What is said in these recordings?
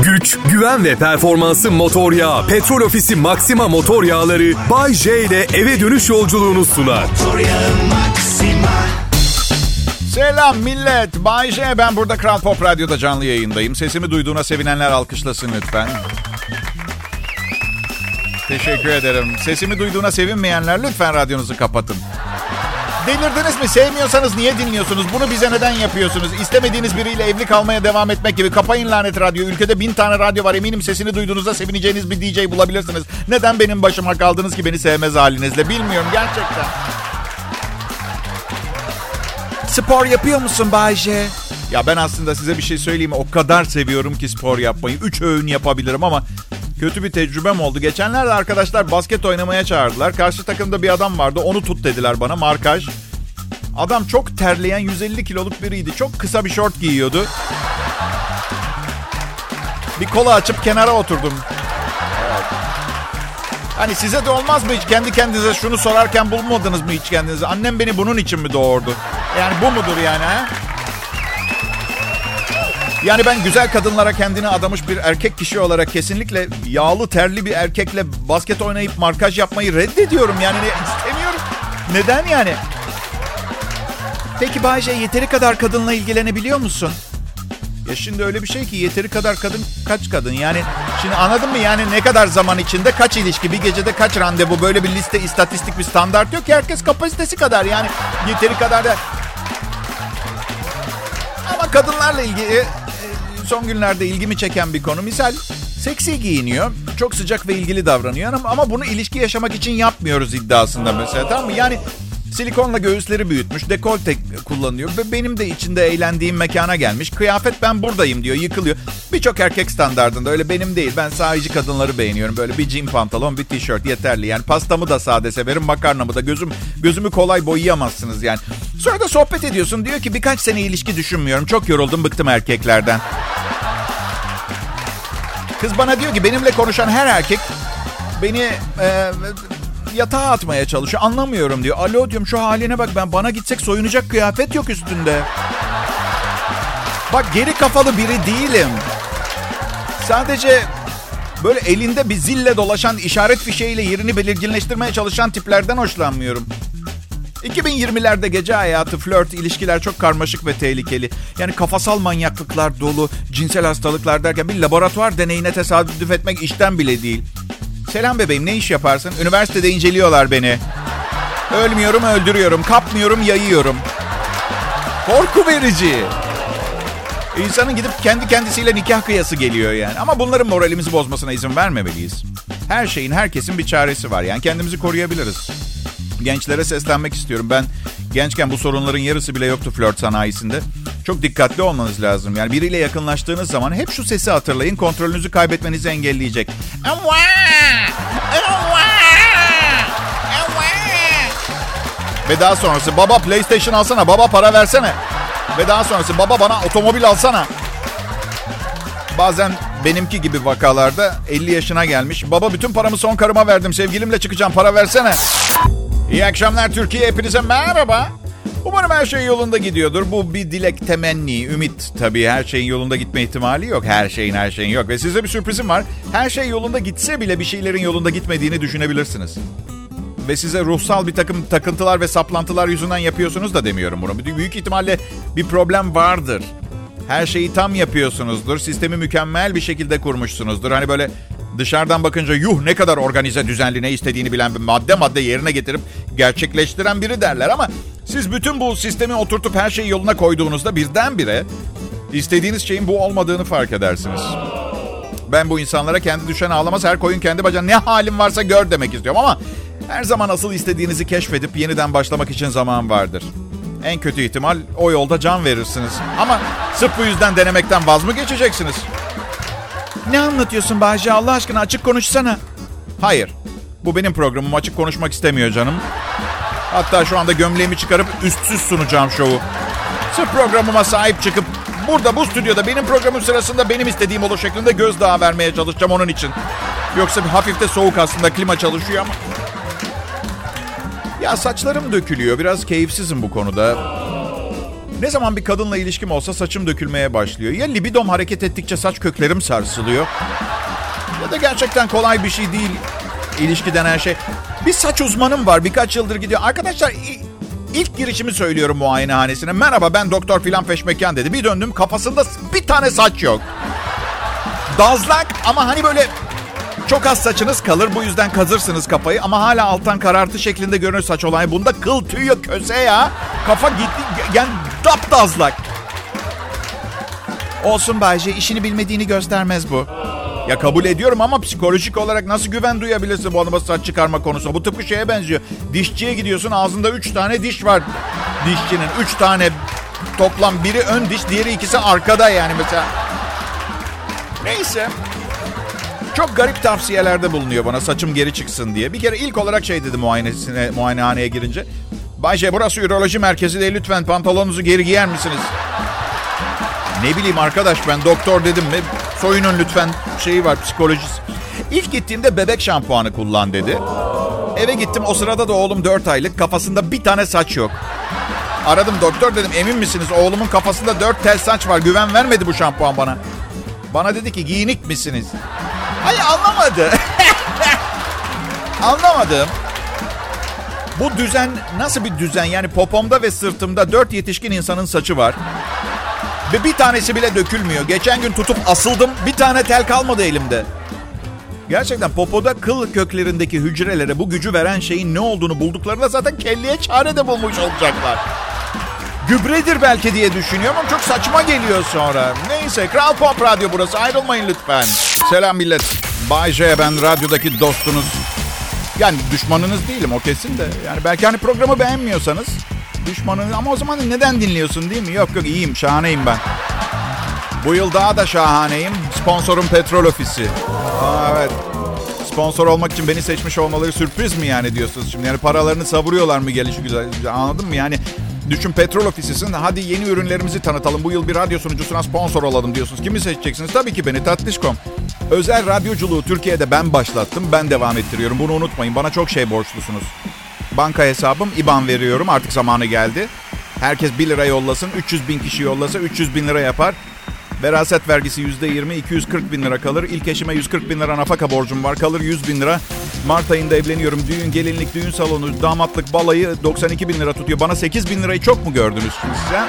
güç, güven ve performansı motor yağı. Petrol Ofisi Maxima motor yağları Bay J ile eve dönüş yolculuğunu sunar. Selam millet. Bay J, ben burada Kral Pop Radyo'da canlı yayındayım. Sesimi duyduğuna sevinenler alkışlasın lütfen. Teşekkür ederim. Sesimi duyduğuna sevinmeyenler lütfen radyonuzu kapatın. Delirdiniz mi? Sevmiyorsanız niye dinliyorsunuz? Bunu bize neden yapıyorsunuz? İstemediğiniz biriyle evli kalmaya devam etmek gibi. Kapayın lanet radyo. Ülkede 1000 tane radyo var. Eminim sesini duyduğunuzda sevineceğiniz bir DJ bulabilirsiniz. Neden benim başıma kaldınız ki beni sevmez halinizle? Bilmiyorum gerçekten. Spor yapıyor musun Bay J? Ya ben aslında size bir şey söyleyeyim mi? O kadar seviyorum ki spor yapmayı. 3 öğün yapabilirim ama kötü bir tecrübem oldu. Geçenlerde arkadaşlar basket oynamaya çağırdılar. Karşı takımda bir adam vardı. Onu tut dediler bana, markaj. Adam çok terleyen 150 kiloluk biriydi. Çok kısa bir şort giyiyordu. Bir kola açıp kenara oturdum. Evet. Hani size de olmaz mı hiç? Kendi kendinize şunu sorarken bulmadınız mı hiç kendinize? Annem beni bunun için mi doğurdu? Yani bu mudur yani ha? Yani ben güzel kadınlara kendini adamış bir erkek kişi olarak kesinlikle yağlı terli bir erkekle basket oynayıp markaj yapmayı reddediyorum. Yani istemiyorum. Neden yani? Peki Bay J, yeteri kadar kadınla ilgilenebiliyor musun? Ya şimdi öyle bir şey ki yeteri kadar kadın kaç kadın? Yani şimdi anladın mı? Yani ne kadar zaman içinde kaç ilişki, bir gecede kaç randevu, böyle bir liste, istatistik bir standart yok ki. Herkes kapasitesi kadar, yani yeteri kadar da. Ama kadınlarla ilgili son günlerde ilgimi çeken bir konu. Misal seksi giyiniyor, çok sıcak ve ilgili davranıyor ama bunu ilişki yaşamak için yapmıyoruz iddiasında mesela, tamam mı? Yani silikonla göğüsleri büyütmüş, dekolte kullanıyor ve benim de içinde eğlendiğim mekana gelmiş. Kıyafet ben buradayım diyor, yıkılıyor. Birçok erkek standardında, öyle benim değil. Ben sahici kadınları beğeniyorum. Böyle bir jean pantolon, bir tişört yeterli. Yani pastamı da sade severim, makarnamı da. Gözümü kolay boyayamazsınız yani. Sonra da sohbet ediyorsun. Diyor ki birkaç sene ilişki düşünmüyorum. Çok yoruldum, bıktım erkeklerden. Kız bana diyor ki benimle konuşan her erkek beni yatağa atmaya çalışıyor. Anlamıyorum diyor. Alo diyorum, şu haline bak, bana gitsek soyunacak kıyafet yok üstünde. Bak, geri kafalı biri değilim. Sadece böyle elinde bir zille dolaşan, işaret fişeğiyle yerini belirginleştirmeye çalışan tiplerden hoşlanmıyorum. 2020'lerde gece hayatı, flört, ilişkiler çok karmaşık ve tehlikeli. Yani kafasal manyaklıklar dolu, cinsel hastalıklar derken bir laboratuvar deneyine tesadüf etmek işten bile değil. Selam bebeğim, ne iş yaparsın? Üniversitede inceliyorlar beni. Ölmüyorum, öldürüyorum. Kapmıyorum, yayıyorum. Korku verici. İnsanın gidip kendi kendisiyle nikah kıyası geliyor yani. Ama bunların moralimizi bozmasına izin vermemeliyiz. Her şeyin, herkesin bir çaresi var. Yani kendimizi koruyabiliriz. Gençlere seslenmek istiyorum. Ben gençken bu sorunların yarısı bile yoktu flört sanayisinde. Çok dikkatli olmanız lazım. Yani biriyle yakınlaştığınız zaman hep şu sesi hatırlayın. Kontrolünüzü kaybetmenizi engelleyecek. Ve daha sonrası baba PlayStation alsana, baba para versene. Ve daha sonrası baba bana otomobil alsana. Bazen benimki gibi vakalarda 50 yaşına gelmiş. Baba bütün paramı son karıma verdim, sevgilimle çıkacağım, para versene. İyi akşamlar Türkiye, hepinize merhaba. Umarım her şey yolunda gidiyordur. Bu bir dilek, temenni, ümit. Tabii her şeyin yolunda gitme ihtimali yok. Her şeyin yok. Ve size bir sürprizim var. Her şey yolunda gitse bile bir şeylerin yolunda gitmediğini düşünebilirsiniz. Ve size ruhsal bir takım takıntılar ve saplantılar yüzünden yapıyorsunuz da demiyorum bunu. Büyük ihtimalle bir problem vardır. Her şeyi tam yapıyorsunuzdur. Sistemi mükemmel bir şekilde kurmuşsunuzdur. Hani böyle dışarıdan bakınca yuh ne kadar organize, düzenli, ne istediğini bilen, bir madde yerine getirip gerçekleştiren biri derler. Ama siz bütün bu sistemi oturtup her şeyi yoluna koyduğunuzda birdenbire istediğiniz şeyin bu olmadığını fark edersiniz. Ben bu insanlara kendi düşen ağlamaz, her koyun kendi bacağına, ne halin varsa gör demek istiyorum. Ama her zaman asıl istediğinizi keşfedip yeniden başlamak için zaman vardır. En kötü ihtimal o yolda can verirsiniz. Ama sırf bu yüzden denemekten vaz mı geçeceksiniz? Ne anlatıyorsun Bahçe, Allah aşkına açık konuşsana. Hayır, bu benim programım, açık konuşmak istemiyor canım. Hatta şu anda gömleğimi çıkarıp üstsüz sunacağım şovu. Sırf programıma sahip çıkıp burada, bu stüdyoda benim programım sırasında benim istediğim olur şeklinde gözdağı vermeye çalışacağım onun için. Yoksa bir hafif de soğuk aslında, klima çalışıyor ama. Ya saçlarım dökülüyor, biraz keyifsizim bu konuda. Ne zaman bir kadınla ilişkim olsa saçım dökülmeye başlıyor. Ya libidom hareket ettikçe saç köklerim sarsılıyor. Ya da gerçekten kolay bir şey değil ilişki denen şey. Bir saç uzmanım var, birkaç yıldır gidiyor. Arkadaşlar ilk girişimi söylüyorum muayenehanesine. Merhaba, ben doktor filan peşmekan dedi. Bir döndüm, kafasında bir tane saç yok. Dazlak ama hani böyle çok az saçınız kalır. Bu yüzden kazırsınız kafayı ama hala alttan karartı şeklinde görünür saç olayı. Bunda kıl tüy yok, köse ya. Kafa gitti yani dapdazlak. Olsun Bayce, işini bilmediğini göstermez bu. Ya kabul ediyorum ama psikolojik olarak nasıl güven duyabilirsin bu adama saç çıkarma konusunda? Bu tıpkı şeye benziyor. Dişçiye gidiyorsun, ağzında 3 tane diş var dişçinin. 3 tane toplam, biri ön diş, diğeri ikisi arkada yani mesela. Neyse. Çok garip tavsiyelerde bulunuyor bana saçım geri çıksın diye. Bir kere ilk olarak şey dedi muayenehaneye girince. Bayce, burası üroloji merkezi değil, lütfen pantolonunuzu geri giyer misiniz? Ne bileyim arkadaş, ben doktor dedim mi? Soyunun lütfen, şeyi var, psikolojisi. İlk gittiğimde bebek şampuanı kullan dedi. Eve gittim, o sırada da oğlum 4 aylık, kafasında bir tane saç yok. Aradım, doktor dedim, emin misiniz? Oğlumun kafasında 4 tel saç var, güven vermedi bu şampuan bana. Bana dedi ki, giyinik misiniz? Hayır, anlamadı. Anlamadım. Bu düzen nasıl bir düzen? Yani popomda ve sırtımda 4 yetişkin insanın saçı var. Ve bir tanesi bile dökülmüyor. Geçen gün tutup asıldım. Bir tane tel kalmadı elimde. Gerçekten popoda kıl köklerindeki hücrelere bu gücü veren şeyin ne olduğunu bulduklarında zaten kelleye çare de bulmuş olacaklar. Gübredir belki diye düşünüyorum ama çok saçma geliyor sonra. Neyse, Kral Pop Radyo burası. Ayrılmayın lütfen. Selam millet. Bay J, ben radyodaki dostunuz. Yani düşmanınız değilim, o kesin de. Yani belki hani programı beğenmiyorsanız düşmanınız, ama o zaman neden dinliyorsun değil mi? Yok iyiyim, şahaneyim ben. Bu yıl daha da şahaneyim. Sponsorum Petrol Ofisi. Evet. Sponsor olmak için beni seçmiş olmaları sürpriz mi yani diyorsunuz şimdi? Yani paralarını savuruyorlar mı gelişi güzel? Anladın mı? Yani düşün, Petrol Ofisi'sin. Hadi yeni ürünlerimizi tanıtalım. Bu yıl bir radyo sunucusuna sponsor olalım diyorsunuz. Kimi seçeceksiniz? Tabii ki beni, Tatlış.com. Özel radyoculuğu Türkiye'de ben başlattım. Ben devam ettiriyorum. Bunu unutmayın. Bana çok şey borçlusunuz. Banka hesabım, IBAN veriyorum. Artık zamanı geldi. Herkes 1 lira yollasın. 300 bin kişi yollasa 300 bin lira yapar. Veraset vergisi %20, 240 bin lira kalır. İlk eşime 140 bin lira nafaka borcum var. Kalır 100 bin lira. Mart ayında evleniyorum. Düğün, gelinlik, düğün salonu, damatlık, balayı 92 bin lira tutuyor. Bana 8 bin lirayı çok mu gördünüz siz?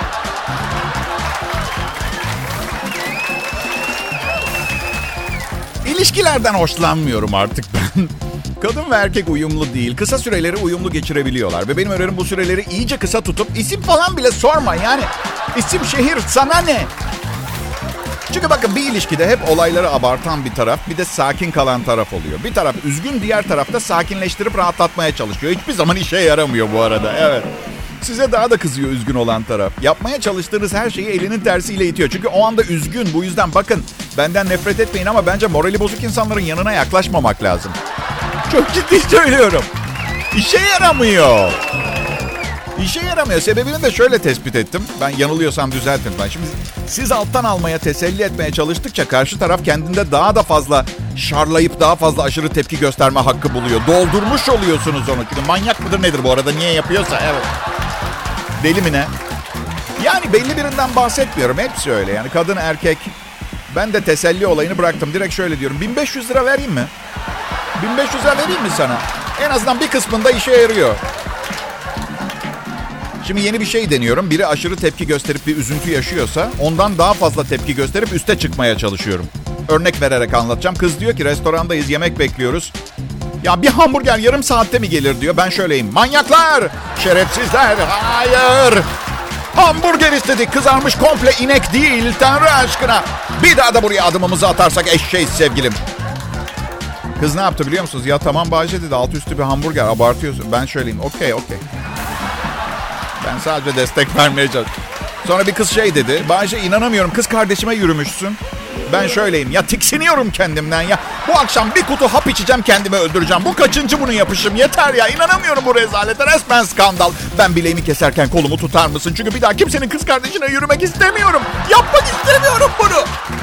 İlişkilerden hoşlanmıyorum artık ben. Kadın ve erkek uyumlu değil. Kısa süreleri uyumlu geçirebiliyorlar. Ve benim önerim bu süreleri iyice kısa tutup isim falan bile sorma. Yani isim, şehir, sana ne? Çünkü bakın, bir ilişkide hep olayları abartan bir taraf, bir de sakin kalan taraf oluyor. Bir taraf üzgün, diğer tarafta sakinleştirip rahatlatmaya çalışıyor. Hiçbir zaman işe yaramıyor bu arada. Evet. Size daha da kızıyor üzgün olan taraf. Yapmaya çalıştığınız her şeyi elinin tersiyle itiyor. Çünkü o anda üzgün. Bu yüzden bakın, benden nefret etmeyin ama bence morali bozuk insanların yanına yaklaşmamak lazım. Çok ciddi söylüyorum. İşe yaramıyor. İşe yaramıyor. Sebebini de şöyle tespit ettim. Ben yanılıyorsam düzeltin. Ben şimdi siz alttan almaya, teselli etmeye çalıştıkça karşı taraf kendinde daha da fazla şarlayıp daha fazla aşırı tepki gösterme hakkı buluyor. Doldurmuş oluyorsunuz onu. Çünkü manyak mıdır nedir bu arada? Niye yapıyorsa? Evet. Deli mi ne? Yani belli birinden bahsetmiyorum. Hepsi öyle. Yani kadın, erkek. Ben de teselli olayını bıraktım. Direkt şöyle diyorum. 1500 lira vereyim mi? 1500 lira vereyim mi sana? En azından bir kısmında işe yarıyor. Şimdi yeni bir şey deniyorum. Biri aşırı tepki gösterip bir üzüntü yaşıyorsa ondan daha fazla tepki gösterip üste çıkmaya çalışıyorum. Örnek vererek anlatacağım. Kız diyor ki, restorandayız, yemek bekliyoruz. Ya bir hamburger yarım saatte mi gelir diyor. Ben şöyleyim. Manyaklar! Şerefsizler! Hayır! Hamburger istedik. Kızarmış komple inek değil. Tanrı aşkına. Bir daha da buraya adımımızı atarsak eşeğiz sevgilim. Kız ne yaptı biliyor musunuz? Ya tamam Bayce dedi. Altı üstü bir hamburger. Abartıyorsun. Ben şöyleyim. Okey. Ben sadece destek vermeye çalışıyorum. Sonra bir kız şey dedi. Bayce inanamıyorum. Kız kardeşime yürümüşsün. Ben şöyleyim. Ya tiksiniyorum kendimden ya. Bu akşam bir kutu hap içeceğim, kendimi öldüreceğim. Bu kaçıncı bunu yapışım? Yeter ya. İnanamıyorum bu rezalete. Resmen skandal. Ben bileğimi keserken kolumu tutar mısın? Çünkü bir daha kimsenin kız kardeşine yürümek istemiyorum. Yapmak istemiyorum bunu.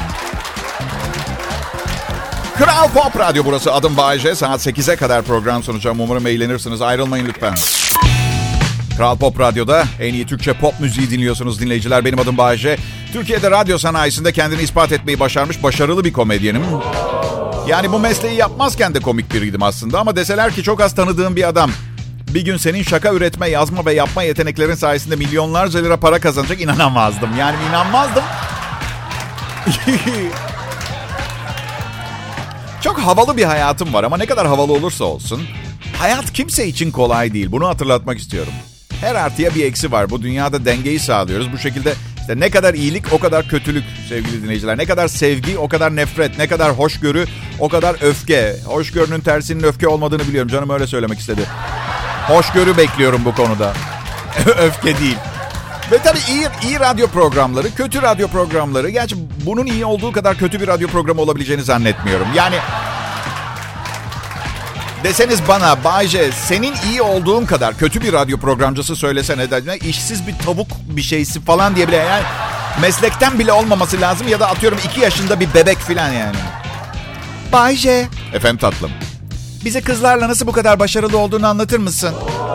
Kral Pop Radyo burası. Adım Bay J. Saat 8'e kadar program sunacağım. Umarım eğlenirsiniz. Ayrılmayın lütfen. Kral Pop Radyo'da en iyi Türkçe pop müziği dinliyorsunuz dinleyiciler. Benim adım Bayece. Türkiye'de radyo sanayisinde kendini ispat etmeyi başarmış başarılı bir komedyenim. Yani bu mesleği yapmazken de komik biriydim aslında. Ama deseler ki çok az tanıdığım bir adam bir gün senin şaka üretme, yazma ve yapma yeteneklerin sayesinde milyonlarca lira para kazanacak, inanamazdım. Yani inanmazdım. Çok havalı bir hayatım var ama ne kadar havalı olursa olsun hayat kimse için kolay değil. Bunu hatırlatmak istiyorum. Her artıya bir eksi var. Bu dünyada dengeyi sağlıyoruz. Bu şekilde işte ne kadar iyilik o kadar kötülük sevgili dinleyiciler. Ne kadar sevgi o kadar nefret. Ne kadar hoşgörü o kadar öfke. Hoşgörünün tersinin öfke olmadığını biliyorum. Canım öyle söylemek istedi. Hoşgörü bekliyorum bu konuda. Öfke değil. Ve tabii iyi radyo programları, kötü radyo programları. Gerçi bunun iyi olduğu kadar kötü bir radyo programı olabileceğini zannetmiyorum. Yani deseniz bana Bayce senin iyi olduğun kadar kötü bir radyo programcısı söylesene de işsiz bir tavuk bir şeysi falan diye bile yani meslekten bile olmaması lazım ya da atıyorum 2 yaşında bir bebek falan yani. Bayce. Efendim tatlım. Bize kızlarla nasıl bu kadar başarılı olduğunu anlatır mısın?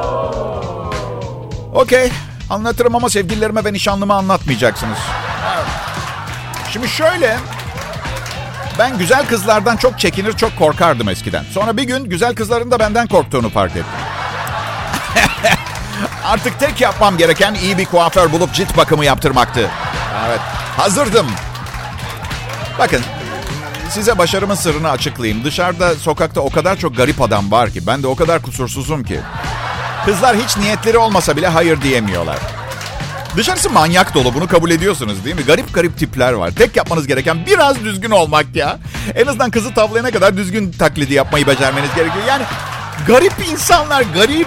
Okey. Anlatırım ama sevgililerime ve nişanlıma anlatmayacaksınız. Şimdi şöyle. Ben güzel kızlardan çok çekinir, çok korkardım eskiden. Sonra bir gün güzel kızların da benden korktuğunu fark ettim. Artık tek yapmam gereken iyi bir kuaför bulup cilt bakımı yaptırmaktı. Evet, hazırdım. Bakın, size başarımın sırrını açıklayayım. Dışarıda, sokakta o kadar çok garip adam var ki, ben de o kadar kusursuzum ki. Kızlar hiç niyetleri olmasa bile hayır diyemiyorlar. Dışarısı manyak dolu, bunu kabul ediyorsunuz değil mi? Garip garip tipler var. Tek yapmanız gereken biraz düzgün olmak ya. En azından kızı tavlayana kadar düzgün taklidi yapmayı becermeniz gerekiyor. Yani garip insanlar, garip.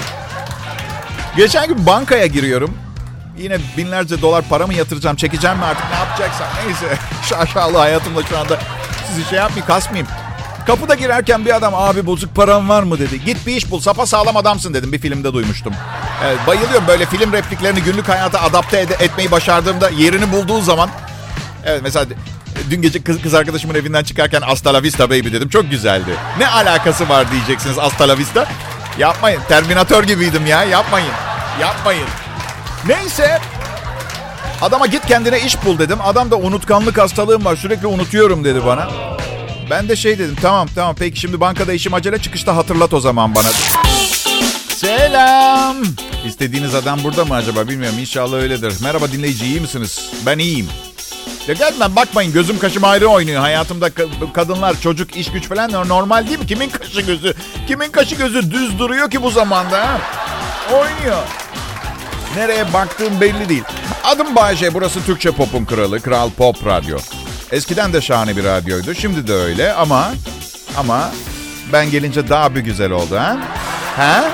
Geçen gün bankaya giriyorum. Yine binlerce dolar para mı yatıracağım, çekeceğim mi artık ne yapacaksam. Neyse şu aşağılığı hayatımda şu anda sizi şey yapmayayım, kasmayayım. Kapıda girerken bir adam abi bozuk param var mı dedi. Git bir iş bul, sapasağlam adamsın dedim, bir filmde duymuştum. Evet, bayılıyorum böyle film repliklerini günlük hayata adapte etmeyi başardığımda yerini bulduğu zaman. Evet mesela dün gece kız arkadaşımın evinden çıkarken hasta la vista baby dedim, çok güzeldi. Ne alakası var diyeceksiniz hasta la vista. Yapmayın, Terminator gibiydim ya, yapmayın. Neyse adama git kendine iş bul dedim. Adam da unutkanlık hastalığım var, sürekli unutuyorum dedi bana. Ben de şey dedim, tamam peki şimdi bankada işim acele, çıkışta hatırlat o zaman bana. Selam. İstediğiniz adam burada mı acaba bilmiyorum, inşallah öyledir. Merhaba dinleyici, iyi misiniz? Ben iyiyim. Ya gelmem bakmayın, gözüm kaşım ayrı oynuyor. Hayatımda kadınlar, çocuk, iş güç falan normal değil mi? Kimin kaşı gözü düz duruyor ki bu zamanda ha? Oynuyor. Nereye baktığım belli değil. Adım Bayece, burası Türkçe Pop'un kralı, Kral Pop Radyo. Eskiden de şahane bir radyoydu. Şimdi de öyle ama ben gelince daha bir güzel oldu ha? Ha?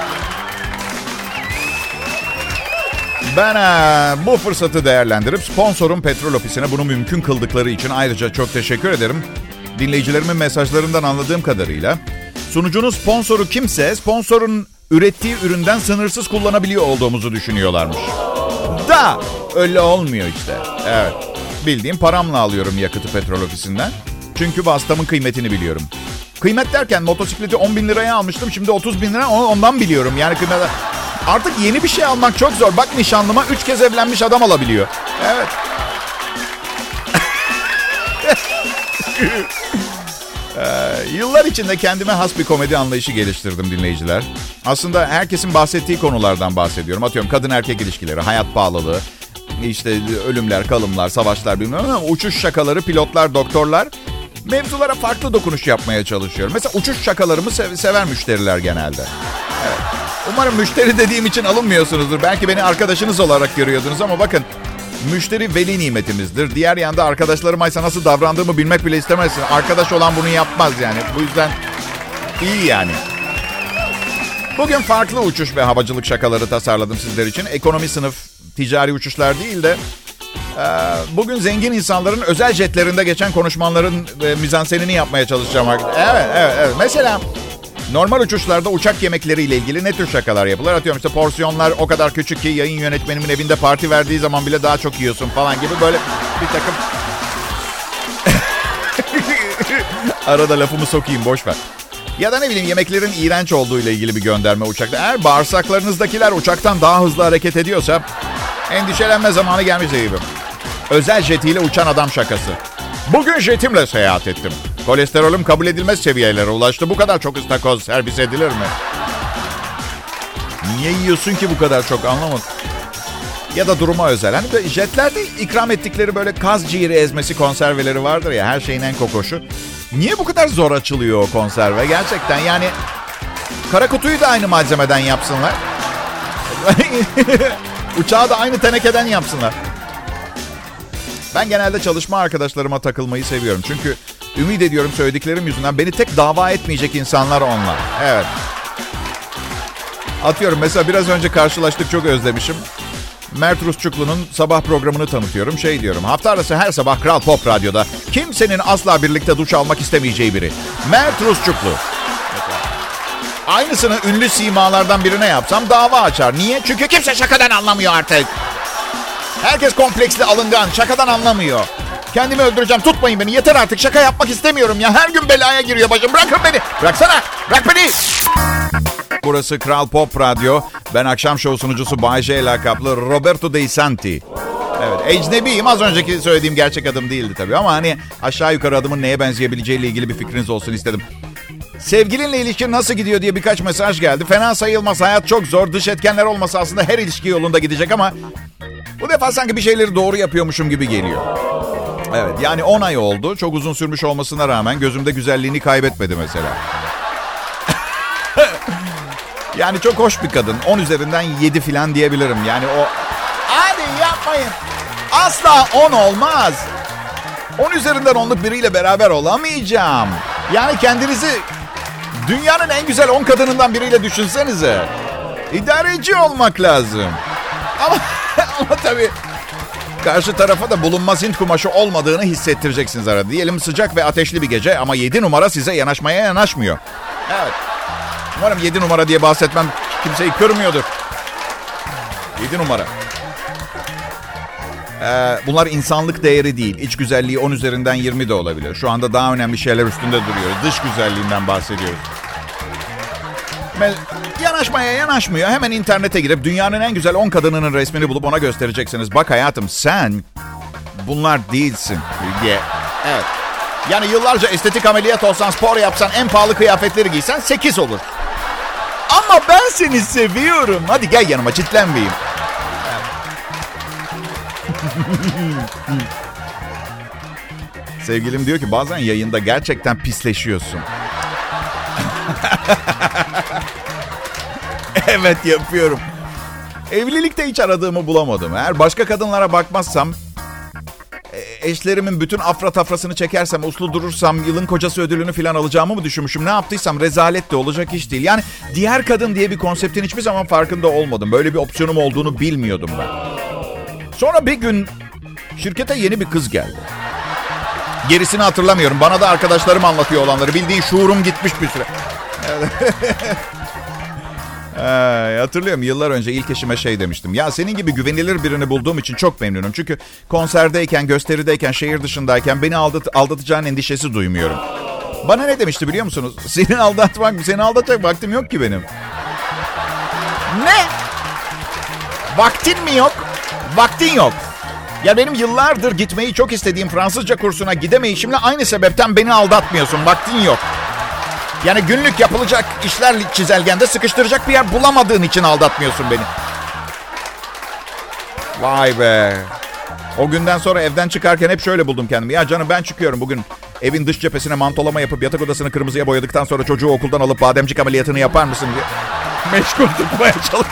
Ben bu fırsatı değerlendirip sponsorum Petrol Ofisi'ne bunu mümkün kıldıkları için ayrıca çok teşekkür ederim. Dinleyicilerimin mesajlarından anladığım kadarıyla sunucunun sponsoru kimse sponsorun ürettiği üründen sınırsız kullanabiliyor olduğumuzu düşünüyorlarmış. Da öyle olmuyor işte. Evet. Bildiğim paramla alıyorum yakıtı Petrol Ofisi'nden. Çünkü vasıtamın kıymetini biliyorum. Kıymet derken motosikleti 10 bin liraya almıştım. Şimdi 30 bin lira, ondan biliyorum. Yani kıymet... Artık yeni bir şey almak çok zor. Bak nişanlıma 3 kez evlenmiş adam alabiliyor. Evet. Yıllar içinde kendime has bir komedi anlayışı geliştirdim dinleyiciler. Aslında herkesin bahsettiği konulardan bahsediyorum. Atıyorum kadın erkek ilişkileri, hayat pahalılığı, İşte ölümler, kalımlar, savaşlar bilmem ama uçuş şakaları, pilotlar, doktorlar. Mevzulara farklı dokunuş yapmaya çalışıyorum. Mesela uçuş şakalarımı sever müşteriler genelde. Evet. Umarım müşteri dediğim için alınmıyorsunuzdur. Belki beni arkadaşınız olarak görüyordunuz ama bakın müşteri veli nimetimizdir. Diğer yanda arkadaşlarımaysa nasıl davrandığımı bilmek bile istemezsin. Arkadaş olan bunu yapmaz yani. Bu yüzden iyi yani. Bugün farklı uçuş ve havacılık şakaları tasarladım sizler için. Ekonomi sınıf, ticari uçuşlar değil de bugün zengin insanların özel jetlerinde geçen konuşmaların mizansenini yapmaya çalışacağım. Evet. Mesela normal uçuşlarda uçak yemekleriyle ilgili ne tür şakalar yapılır? Atıyorum işte porsiyonlar o kadar küçük ki yayın yönetmenimin evinde parti verdiği zaman bile daha çok yiyorsun falan gibi böyle bir takım... Arada lafımı sokayım, boş ver. Ya da ne bileyim yemeklerin iğrenç olduğu ile ilgili bir gönderme uçakta. Eğer bağırsaklarınızdakiler uçaktan daha hızlı hareket ediyorsa endişelenme zamanı gelmiş gibi. Özel jetiyle uçan adam şakası. Bugün jetimle seyahat ettim. Kolesterolüm kabul edilmez seviyelere ulaştı. Bu kadar çok ıstakoz servis edilir mi? Niye yiyorsun ki bu kadar çok, anlamadım. Ya da duruma özel. Hani jetlerde ikram ettikleri böyle kaz ciğeri ezmesi konserveleri vardır ya, her şeyin en kokoşu. Niye bu kadar zor açılıyor o konserve? Gerçekten yani kara kutuyu da aynı malzemeden yapsınlar. Uçağı da aynı tenekeden yapsınlar. Ben genelde çalışma arkadaşlarıma takılmayı seviyorum. Çünkü ümit ediyorum söylediklerim yüzünden beni tek dava etmeyecek insanlar onlar. Evet. Atıyorum mesela biraz önce karşılaştık, çok özlemişim. Mert Rusçuklu'nun sabah programını tanıtıyorum. Şey diyorum, hafta arası her sabah Kral Pop Radyo'da kimsenin asla birlikte duş almak istemeyeceği biri. Mert Rusçuklu. Aynısını ünlü simalardan birine yapsam dava açar. Niye? Çünkü kimse şakadan anlamıyor artık. Herkes kompleksli, alıngan, şakadan anlamıyor. Kendimi öldüreceğim, tutmayın beni, yeter artık, şaka yapmak istemiyorum ya. Her gün belaya giriyor başım, bırakın beni. Bıraksana, bırak beni. Burası Kral Pop Radyo. Ben akşam şovu sunucusu Bay J lakaplı Roberto Dei Santi. Evet, ecnebiyim. Az önceki söylediğim gerçek adım değildi tabii. Ama hani aşağı yukarı adımın neye benzeyebileceğiyle ilgili bir fikriniz olsun istedim. Sevgilinle ilişkin nasıl gidiyor diye birkaç mesaj geldi. Fena sayılmaz, hayat çok zor. Dış etkenler olmasa aslında her ilişki yolunda gidecek ama bu defa sanki bir şeyleri doğru yapıyormuşum gibi geliyor. Evet, yani 10 ay oldu. Çok uzun sürmüş olmasına rağmen gözümde güzelliğini kaybetmedi mesela. Yani çok hoş bir kadın. 10 üzerinden 7 falan diyebilirim. Yani o... Hadi yapmayın. Asla 10 olmaz. 10 üzerinden 10'luk biriyle beraber olamayacağım. Yani kendinizi dünyanın en güzel 10 kadınından biriyle düşünsenize. İdareci olmak lazım. Ama tabii karşı tarafa da bulunmaz Hint kumaşı olmadığını hissettireceksiniz arada. Diyelim sıcak ve ateşli bir gece ama 7 numara size yanaşmaya yanaşmıyor. Evet. Umarım 7 numara diye bahsetmem kimseyi kırmıyordur. 7 numara. Bunlar insanlık değeri değil. İç güzelliği 10 üzerinden 20 de olabilir. Şu anda daha önemli şeyler üstünde duruyor. Dış güzelliğinden bahsediyoruz. Yanaşmaya yanaşmıyor. Hemen internete girip dünyanın en güzel 10 kadınının resmini bulup ona göstereceksiniz. Bak hayatım, sen bunlar değilsin diye. Evet. Yani yıllarca estetik ameliyat olsan, spor yapsan, en pahalı kıyafetleri giysen 8 olur. Ama ben seni seviyorum. Hadi gel yanıma, çitlenmeyeyim. Sevgilim diyor ki bazen yayında gerçekten pisleşiyorsun. Evet, yapıyorum. Evlilikte hiç aradığımı bulamadım. Eğer başka kadınlara bakmazsam, eşlerimin bütün afra tafrasını çekersem, uslu durursam, yılın kocası ödülünü falan alacağımı mı düşünmüşüm? Ne yaptıysam rezalet de olacak iş değil. Yani diğer kadın diye bir konseptin hiçbir zaman farkında olmadım. Böyle bir opsiyonum olduğunu bilmiyordum ben. Sonra bir gün şirkete yeni bir kız geldi. Gerisini hatırlamıyorum. Bana da arkadaşlarım anlatıyor olanları. Bildiğin şuurum gitmiş bir süre. Hatırlıyorum, yıllar önce ilk eşime şey demiştim. Ya senin gibi güvenilir birini bulduğum için çok memnunum. Çünkü konserdeyken, gösterideyken, şehir dışındayken beni aldatacağın endişesi duymuyorum. Bana ne demişti biliyor musunuz? Seni aldatacak vaktim yok ki benim. Ne? Vaktin mi yok? Vaktin yok. Ya benim yıllardır gitmeyi çok istediğim Fransızca kursuna gidemeyişimle aynı sebepten beni aldatmıyorsun. Vaktin yok. Yani günlük yapılacak işler çizelgende sıkıştıracak bir yer bulamadığın için aldatmıyorsun beni. Vay be. O günden sonra evden çıkarken hep şöyle buldum kendimi. Ya canım, ben çıkıyorum bugün. Evin dış cephesine mantolama yapıp yatak odasını kırmızıya boyadıktan sonra çocuğu okuldan alıp bademcik ameliyatını yapar mısın diye meşgul tutmaya çalış.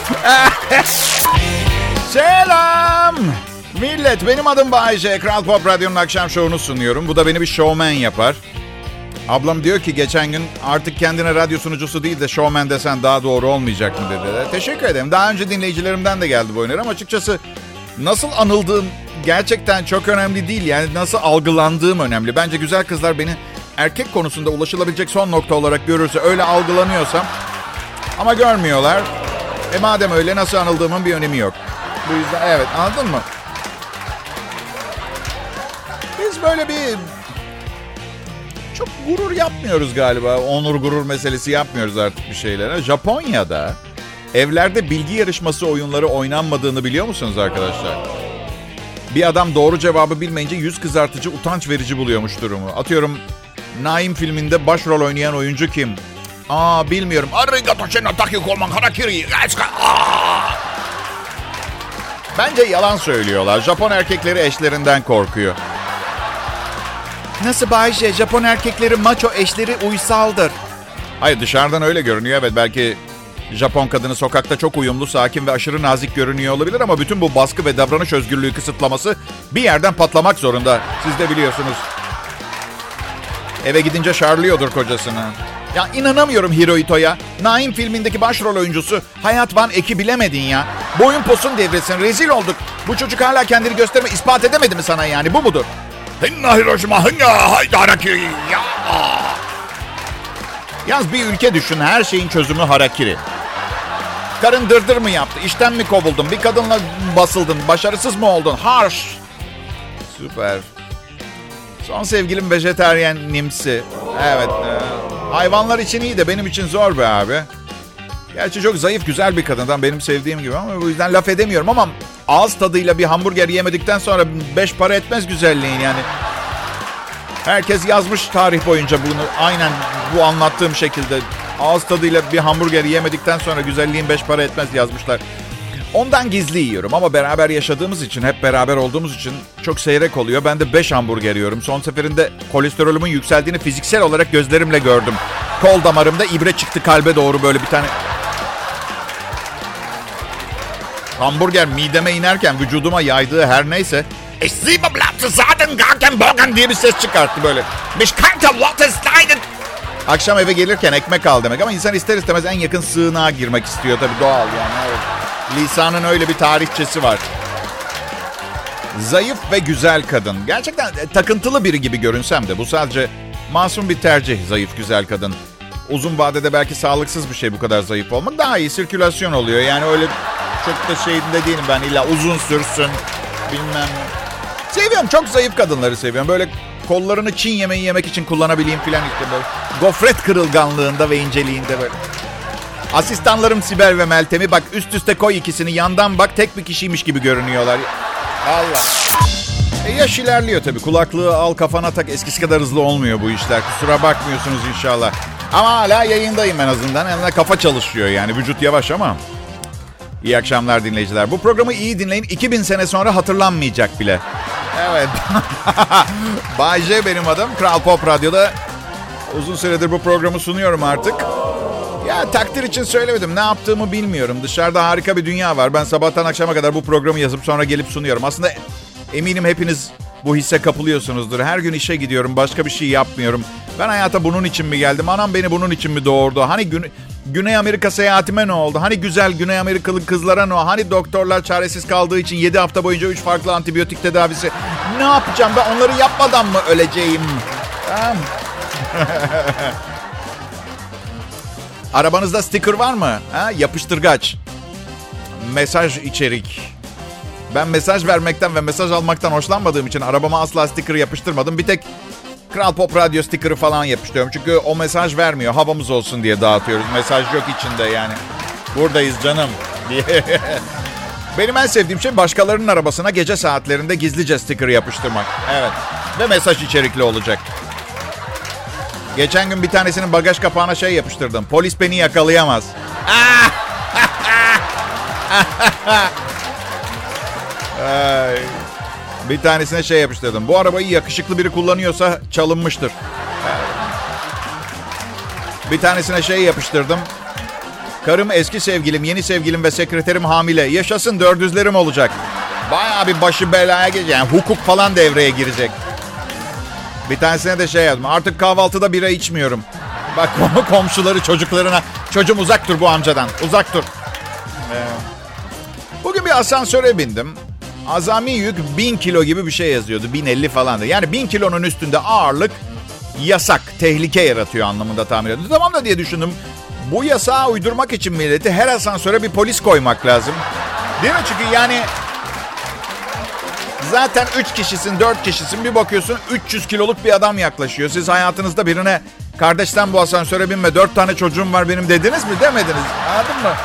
Selam. Millet, benim adım Bay J. Kral Pop Radyo'nun akşam şovunu sunuyorum. Bu da beni bir showman yapar. Ablam diyor ki geçen gün, artık kendine radyo sunucusu değil de showman desen daha doğru olmayacak mı dedi. Teşekkür ederim. Daha önce dinleyicilerimden de geldi bu öneri ama açıkçası nasıl anıldığım gerçekten çok önemli değil. Yani nasıl algılandığım önemli. Bence güzel kızlar beni erkek konusunda ulaşılabilecek son nokta olarak görürse, öyle algılanıyorsam, ama görmüyorlar. Madem öyle, nasıl anıldığımın bir önemi yok. Bu yüzden evet, anladın mı? Biz böyle bir çok gurur yapmıyoruz galiba. Onur gurur meselesi yapmıyoruz artık bir şeylere. Japonya'da evlerde bilgi yarışması oyunları oynanmadığını biliyor musunuz arkadaşlar? Bir adam doğru cevabı bilmeyince yüz kızartıcı, utanç verici buluyormuş durumu. Atıyorum, Naim filminde başrol oynayan oyuncu kim? Bilmiyorum. Arigato shinataki koman harakiri. Bence yalan söylüyorlar. Japon erkekleri eşlerinden korkuyor. Nasıl Bayce? Japon erkekleri maço, eşleri uysaldır. Hayır, dışarıdan öyle görünüyor. Evet, belki Japon kadını sokakta çok uyumlu, sakin ve aşırı nazik görünüyor olabilir ama bütün bu baskı ve davranış özgürlüğü kısıtlaması bir yerden patlamak zorunda. Siz de biliyorsunuz. Eve gidince şarlıyordur kocasını. Ya inanamıyorum Hirohito'ya. Naim filmindeki başrol oyuncusu Hayat Van Ek'i bilemedin ya. Boyun posun devresin, rezil olduk. Bu çocuk hala kendini gösterme, ispat edemedi mi sana yani, bu mudur? Hinna Hiroşima, hinna harakiri. Yalnız bir ülke düşün, her şeyin çözümü harakiri. Karın dırdır mı yaptı, işten mi kovuldun, bir kadınla basıldın, başarısız mı oldun? Harş. Süper. Son sevgilim vejetaryenimsi. Evet. Hayvanlar için iyi de benim için zor be abi. Gerçi çok zayıf, güzel bir kadından, benim sevdiğim gibi, ama bu yüzden laf edemiyorum ama ağız tadıyla bir hamburger yemedikten sonra 5 para etmez güzelliğin yani. Herkes yazmış tarih boyunca bunu, aynen bu anlattığım şekilde. Ağız tadıyla bir hamburger yemedikten sonra güzelliğin 5 para etmez yazmışlar. Ondan gizli yiyorum ama beraber yaşadığımız için, hep beraber olduğumuz için çok seyrek oluyor. Ben de 5 hamburger yiyorum. Son seferinde kolesterolümün yükseldiğini fiziksel olarak gözlerimle gördüm. Kol damarımda ibre çıktı kalbe doğru, böyle bir tane. Hamburger mideme inerken vücuduma yaydığı her neyse, diye bir ses çıkarttı böyle. Akşam eve gelirken ekmek al demek ama insan ister istemez en yakın sığınağa girmek istiyor tabii, doğal yani. Evet. Lisanın öyle bir tarihçesi var. Zayıf ve güzel kadın. Gerçekten takıntılı biri gibi görünsem de bu sadece masum bir tercih, zayıf güzel kadın. Uzun vadede belki sağlıksız bir şey bu kadar zayıf olmak. Daha iyi sirkülasyon oluyor. Yani öyle çok da şeyinde değilim ben, illa uzun sürsün bilmem. Seviyorum, çok zayıf kadınları seviyorum. Böyle kollarını Çin yemeği yemek için kullanabileyim filan işte böyle. Gofret kırılganlığında ve inceliğinde böyle. Asistanlarım Sibel ve Meltem'i bak, üst üste koy ikisini, yandan bak, tek bir kişiymiş gibi görünüyorlar. Allah. Yaş ilerliyor tabii. Kulaklığı al kafana tak, eskisi kadar hızlı olmuyor bu işler. Kusura bakmıyorsunuz inşallah. Ama hala yayındayım en azından. Yani kafa çalışıyor yani, vücut yavaş ama. İyi akşamlar dinleyiciler. Bu programı iyi dinleyin. 2000 sene sonra hatırlanmayacak bile. Evet. Bay J benim adım. Kral Pop Radyo'da uzun süredir bu programı sunuyorum artık. Ya takdir için söylemedim. Ne yaptığımı bilmiyorum. Dışarıda harika bir dünya var. Ben sabahtan akşama kadar bu programı yazıp sonra gelip sunuyorum. Aslında eminim hepiniz bu hisse kapılıyorsunuzdur. Her gün işe gidiyorum. Başka bir şey yapmıyorum. Ben hayata bunun için mi geldim? Anam beni bunun için mi doğurdu? Hani Güney Amerika seyahatime ne oldu? Hani güzel Güney Amerikalı kızlara ne oldu? Hani doktorlar çaresiz kaldığı için 7 hafta boyunca 3 farklı antibiyotik tedavisi? Ne yapacağım? Ben onları yapmadan mı öleceğim? Tamam. Arabanızda sticker var mı? Ha? Yapıştırgaç. Mesaj içerik. Ben mesaj vermekten ve mesaj almaktan hoşlanmadığım için arabama asla sticker yapıştırmadım. Bir tek Kral Pop Radyo sticker'ı falan yapıştırıyorum. Çünkü o mesaj vermiyor. Havamız olsun diye dağıtıyoruz. Mesaj yok içinde yani. Buradayız canım diye. Benim en sevdiğim şey başkalarının arabasına gece saatlerinde gizlice sticker yapıştırmak. Evet. Ve mesaj içerikli olacak. Geçen gün bir tanesinin bagaj kapağına şey yapıştırdım. Polis beni yakalayamaz. Bir tanesine şey yapıştırdım. Bu arabayı yakışıklı biri kullanıyorsa çalınmıştır. Bir tanesine şey yapıştırdım. Karım, eski sevgilim, yeni sevgilim ve sekreterim hamile. Yaşasın, 400'lerim olacak. Bayağı bir başı belaya gelecek. Yani hukuk falan devreye girecek. Bir tanesine de şey yazdım. Artık kahvaltıda bira içmiyorum. Bak komşuları çocuklarına. Çocuğum uzak dur bu amcadan. Uzak dur. Bugün bir asansöre bindim. Azami yük 1000 kilo gibi bir şey yazıyordu. 1050 falandı. Yani 1000 kilonun üstünde ağırlık yasak. Tehlike yaratıyor anlamında tahmin ediyorum. Tamam da diye düşündüm. Bu yasağı uydurmak için milleti her asansöre bir polis koymak lazım. Değil mi? Çünkü yani zaten 3 kişisin, 4 kişisin. Bir bakıyorsun 300 kiloluk bir adam yaklaşıyor. Siz hayatınızda birine kardeşten bu asansöre binme, 4 tane çocuğum var benim dediniz mi? Demediniz. Anladın mı?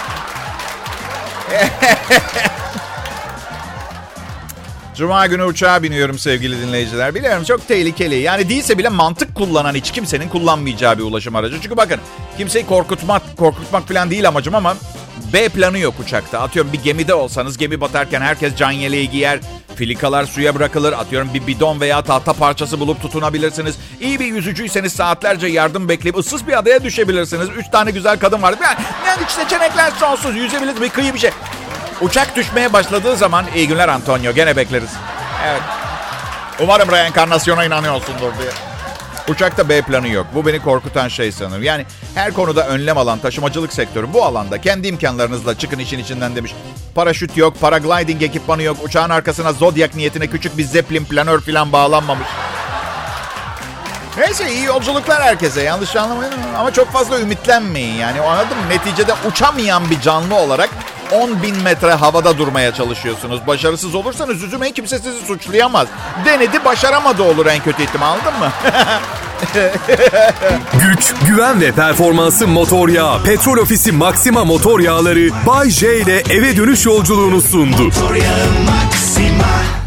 Cuma günü uçağa biniyorum sevgili dinleyiciler. Biliyorum çok tehlikeli. Yani değilse bile mantık kullanan hiç kimsenin kullanmayacağı bir ulaşım aracı. Çünkü bakın kimseyi korkutmak falan değil amacım ama B planı yok uçakta. Atıyorum bir gemide olsanız gemi batarken herkes can yeleği giyer. Filikalar suya bırakılır. Atıyorum bir bidon veya tahta parçası bulup tutunabilirsiniz. İyi bir yüzücüyseniz saatlerce yardım bekleyip ıssız bir adaya düşebilirsiniz. 3 tane güzel kadın var. Yani seçenekler sonsuz. Yüzebiliriz bir kıyı bir şey. Uçak düşmeye başladığı zaman iyi günler Antonio. Gene bekleriz. Evet. Umarım reenkarnasyona inanıyorsundur diye. Uçakta B planı yok. Bu beni korkutan şey sanırım. Yani her konuda önlem alan taşımacılık sektörü bu alanda kendi imkanlarınızla çıkın işin içinden demiş. Paraşüt yok, paragliding ekipmanı yok. Uçağın arkasına Zodiac niyetine küçük bir Zeppelin planör falan bağlanmamış. Neyse iyi yolculuklar herkese. Yanlış anlamayın ama çok fazla ümitlenmeyin. Yani anladın mı? Neticede uçamayan bir canlı olarak 10.000 metre havada durmaya çalışıyorsunuz. Başarısız olursanız üzülmeyin, kimse sizi suçlayamaz. Denedi, başaramadı olur en kötü ihtimal, anladın mı? Güç, güven ve performansı motor yağı. Petrol Ofisi Maxima motor yağları Bay J ile eve dönüş yolculuğunu sundu. Motor yağı Maxima.